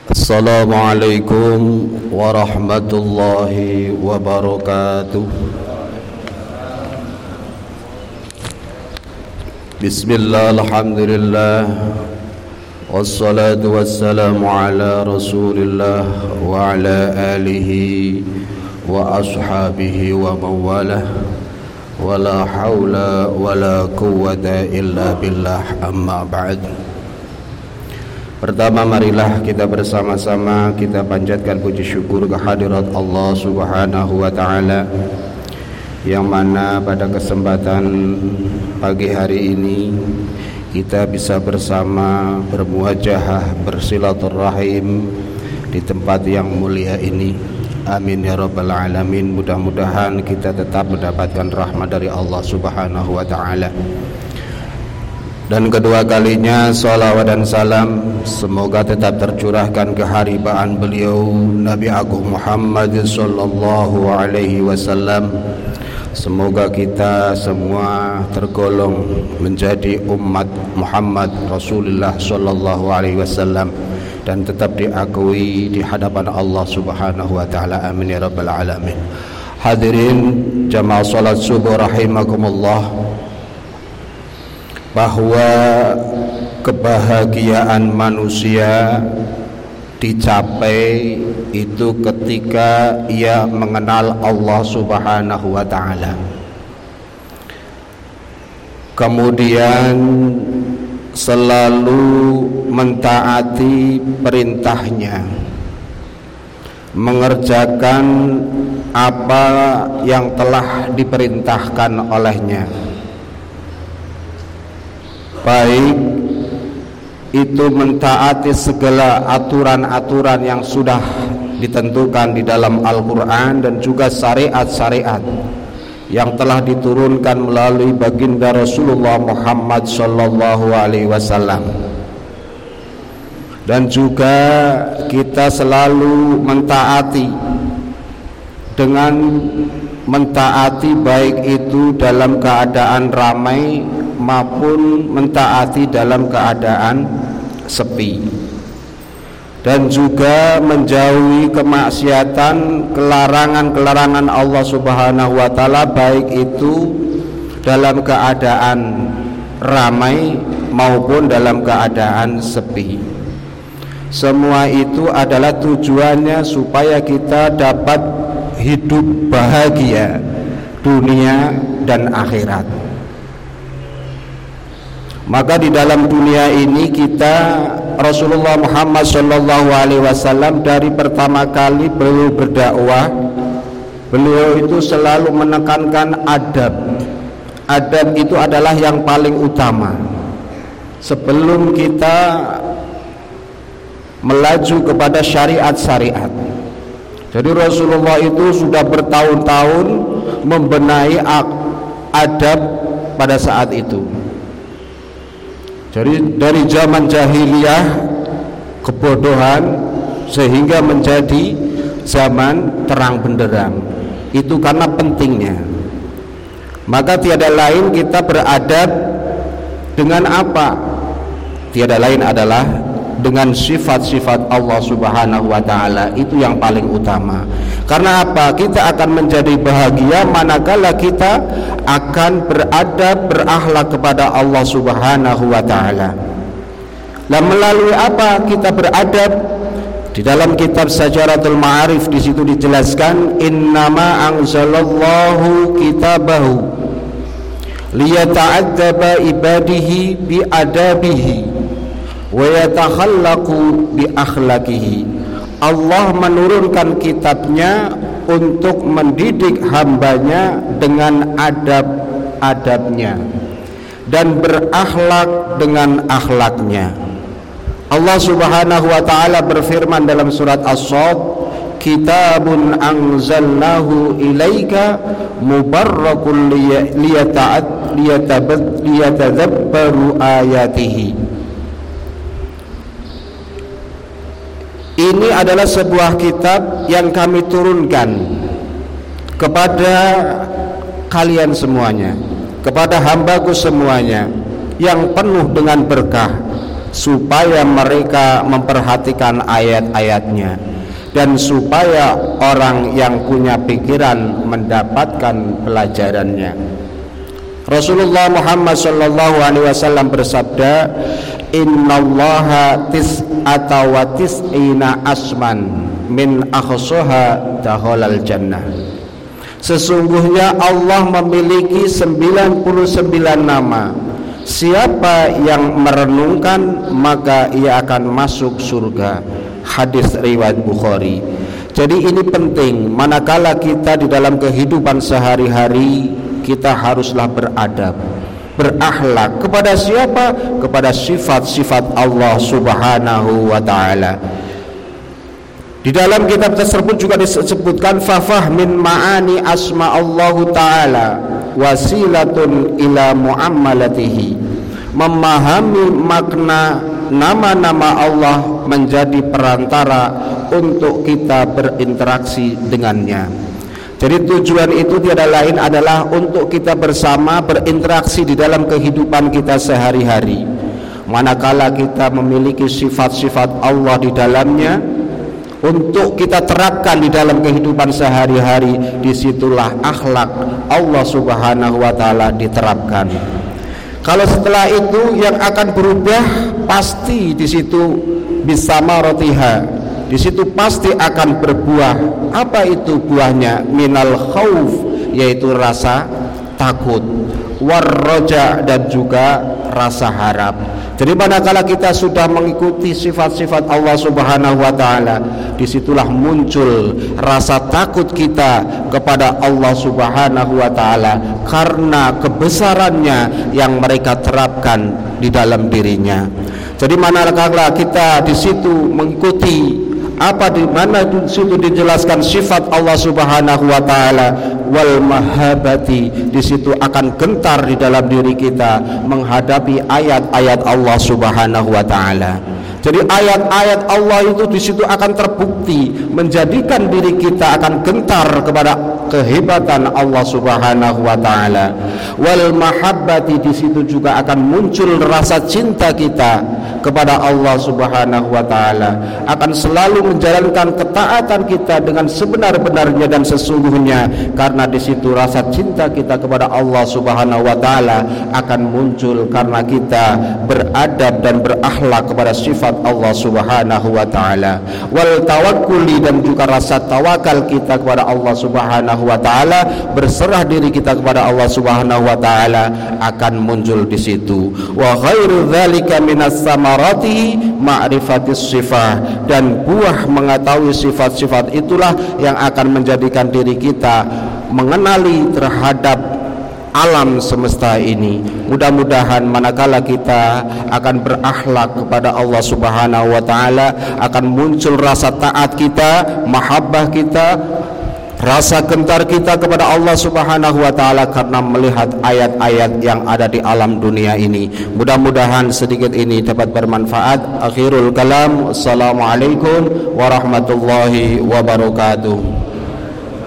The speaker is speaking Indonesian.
Assalamualaikum warahmatullahi wabarakatuh. Bismillah, alhamdulillah, wassalatu wassalamu ala rasulillah wa ala alihi wa ashabihi wa mawalah, wa la hawla wa la quwwata illa billah, amma ba'd. Pertama, marilah kita bersama-sama kita panjatkan puji syukur kehadirat Allah Subhanahu wa taala, yang mana pada kesempatan pagi hari ini kita bisa bersama bermuajahah, bersilaturahim di tempat yang mulia ini. Amin ya rabbal alamin. Mudah-mudahan kita tetap mendapatkan rahmat dari Allah Subhanahu wa taala. Dan kedua kalinya salawat dan salam semoga tetap tercurahkan keharibaan beliau Nabi Agung Muhammad sallallahu alaihi wasallam. Semoga kita semua tergolong menjadi umat Muhammad Rasulullah sallallahu alaihi wasallam dan tetap diakui di hadapan Allah Subhanahu wa taala. Amin ya rabbal alamin. Hadirin jamaah salat subuh rahimakumullah, bahwa kebahagiaan manusia dicapai itu ketika ia mengenal Allah Subhanahu wa taala, kemudian selalu mentaati perintahnya, mengerjakan apa yang telah diperintahkan olehnya, baik itu mentaati segala aturan-aturan yang sudah ditentukan di dalam Al-Quran dan juga syariat-syariat yang telah diturunkan melalui baginda Rasulullah Muhammad sallallahu alaihi wasallam. Dan juga kita selalu mentaati dengan mentaati baik itu dalam keadaan ramai maupun mentaati dalam keadaan sepi, dan juga menjauhi kemaksiatan, kelarangan-kelarangan Allah Subhanahu wa taala baik itu dalam keadaan ramai maupun dalam keadaan sepi. Semua itu adalah tujuannya supaya kita dapat hidup bahagia dunia dan akhirat. Maka di dalam dunia ini kita, Rasulullah Muhammad sallallahu alaihi wasallam dari pertama kali beliau berdakwah, beliau itu selalu menekankan adab. Adab itu adalah yang paling utama sebelum kita melaju kepada syariat-syariat. Jadi Rasulullah itu sudah bertahun-tahun membenahi adab pada saat itu. Jadi dari zaman jahiliyah kebodohan sehingga menjadi zaman terang benderang. Itu karena pentingnya. Maka tiada lain kita beradab dengan apa? Tiada lain adalah dengan sifat-sifat Allah Subhanahu wa taala. Itu yang paling utama. Karena apa? Kita akan menjadi bahagia manakala kita akan beradab, berakhlak kepada Allah Subhanahu wa taala. Dan melalui apa kita beradab? Di dalam kitab Syajaratul Ma'arif di situ dijelaskan, innama anzalallahu kitabahu liyata'adzaba ibadihi bi adabihi wa yatakhallaqu bi akhlaqihi. Allah menurunkan kitabnya untuk mendidik hambanya dengan adab-adabnya dan berakhlak dengan akhlaknya. Allah Subhanahu wa taala berfirman dalam surat As-Sadd, kitabun anzalnahu ilaika mubarakun liyatadabbaru ayatihi. Ini adalah sebuah kitab yang kami turunkan kepada kalian semuanya, kepada hambaku semuanya, yang penuh dengan berkah, supaya mereka memperhatikan ayat-ayatnya, dan supaya orang yang punya pikiran mendapatkan pelajarannya. Rasulullah Muhammad sallallahu alaihi wasallam bersabda, "Innallaha tis'ata wa tis'ina asman min akhsaha dakhalal jannah." Sesungguhnya Allah memiliki 99 nama. Siapa yang merenungkan maka ia akan masuk surga. Hadis riwayat Bukhari. Jadi ini penting, manakala kita di dalam kehidupan sehari-hari, kita haruslah beradab, berakhlak kepada siapa? Kepada sifat-sifat Allah Subhanahu wa ta'ala. Di dalam kitab tersebut juga disebutkan fafahmin ma'ani asma Allah ta'ala wasilatun ila muammalatihi. Memahami makna nama-nama Allah menjadi perantara untuk kita berinteraksi dengannya. Jadi tujuan itu tiada lain adalah untuk kita bersama berinteraksi di dalam kehidupan kita sehari-hari. Manakala kita memiliki sifat-sifat Allah di dalamnya, untuk kita terapkan di dalam kehidupan sehari-hari, disitulah akhlak Allah Subhanahu wa ta'ala diterapkan. Kalau setelah itu yang akan berubah, pasti di situ bisamaratiha, di situ pasti akan berbuah. Apa itu buahnya? Minal khauf, yaitu rasa takut, warroja, dan juga rasa harap. Jadi manakala kita sudah mengikuti sifat-sifat Allah Subhanahu wa ta'ala, disitulah muncul rasa takut kita kepada Allah Subhanahu wa ta'ala karena kebesarannya yang mereka terapkan di dalam dirinya. Jadi manakala kita di situ mengikuti apa di mana di situ dijelaskan sifat Allah Subhanahu wa taala, wal mahabati, di situ akan gentar di dalam diri kita menghadapi ayat-ayat Allah Subhanahu wa taala. Jadi ayat-ayat Allah itu di situ akan terbukti menjadikan diri kita akan gentar kepada kehebatan Allah Subhanahu wa taala. Wal mahabbati, di situ juga akan muncul rasa cinta kita kepada Allah Subhanahu wa taala, akan selalu menjalankan ketaatan kita dengan sebenar-benarnya dan sesungguhnya, karena di situ rasa cinta kita kepada Allah Subhanahu wa taala akan muncul karena kita beradab dan berakhlak kepada sifat Allah Subhanahu wa taala. Wal tawakkuli, dan juga rasa tawakal kita kepada Allah Subhanahu wa taala, berserah diri kita kepada Allah Subhanahu wa taala akan muncul di situ. Wa khairu dzalika minas samaratihi ma'rifatis sifah, dan buah mengetahui sifat-sifat itulah yang akan menjadikan diri kita mengenali terhadap alam semesta ini. Mudah-mudahan manakala kita akan berakhlak kepada Allah Subhanahu wa taala, akan muncul rasa taat kita, mahabbah kita, rasa gentar kita kepada Allah Subhanahu wa taala karena melihat ayat-ayat yang ada di alam dunia ini. Mudah-mudahan sedikit ini dapat bermanfaat. Akhirul kalam, assalamualaikum warahmatullahi wabarakatuh.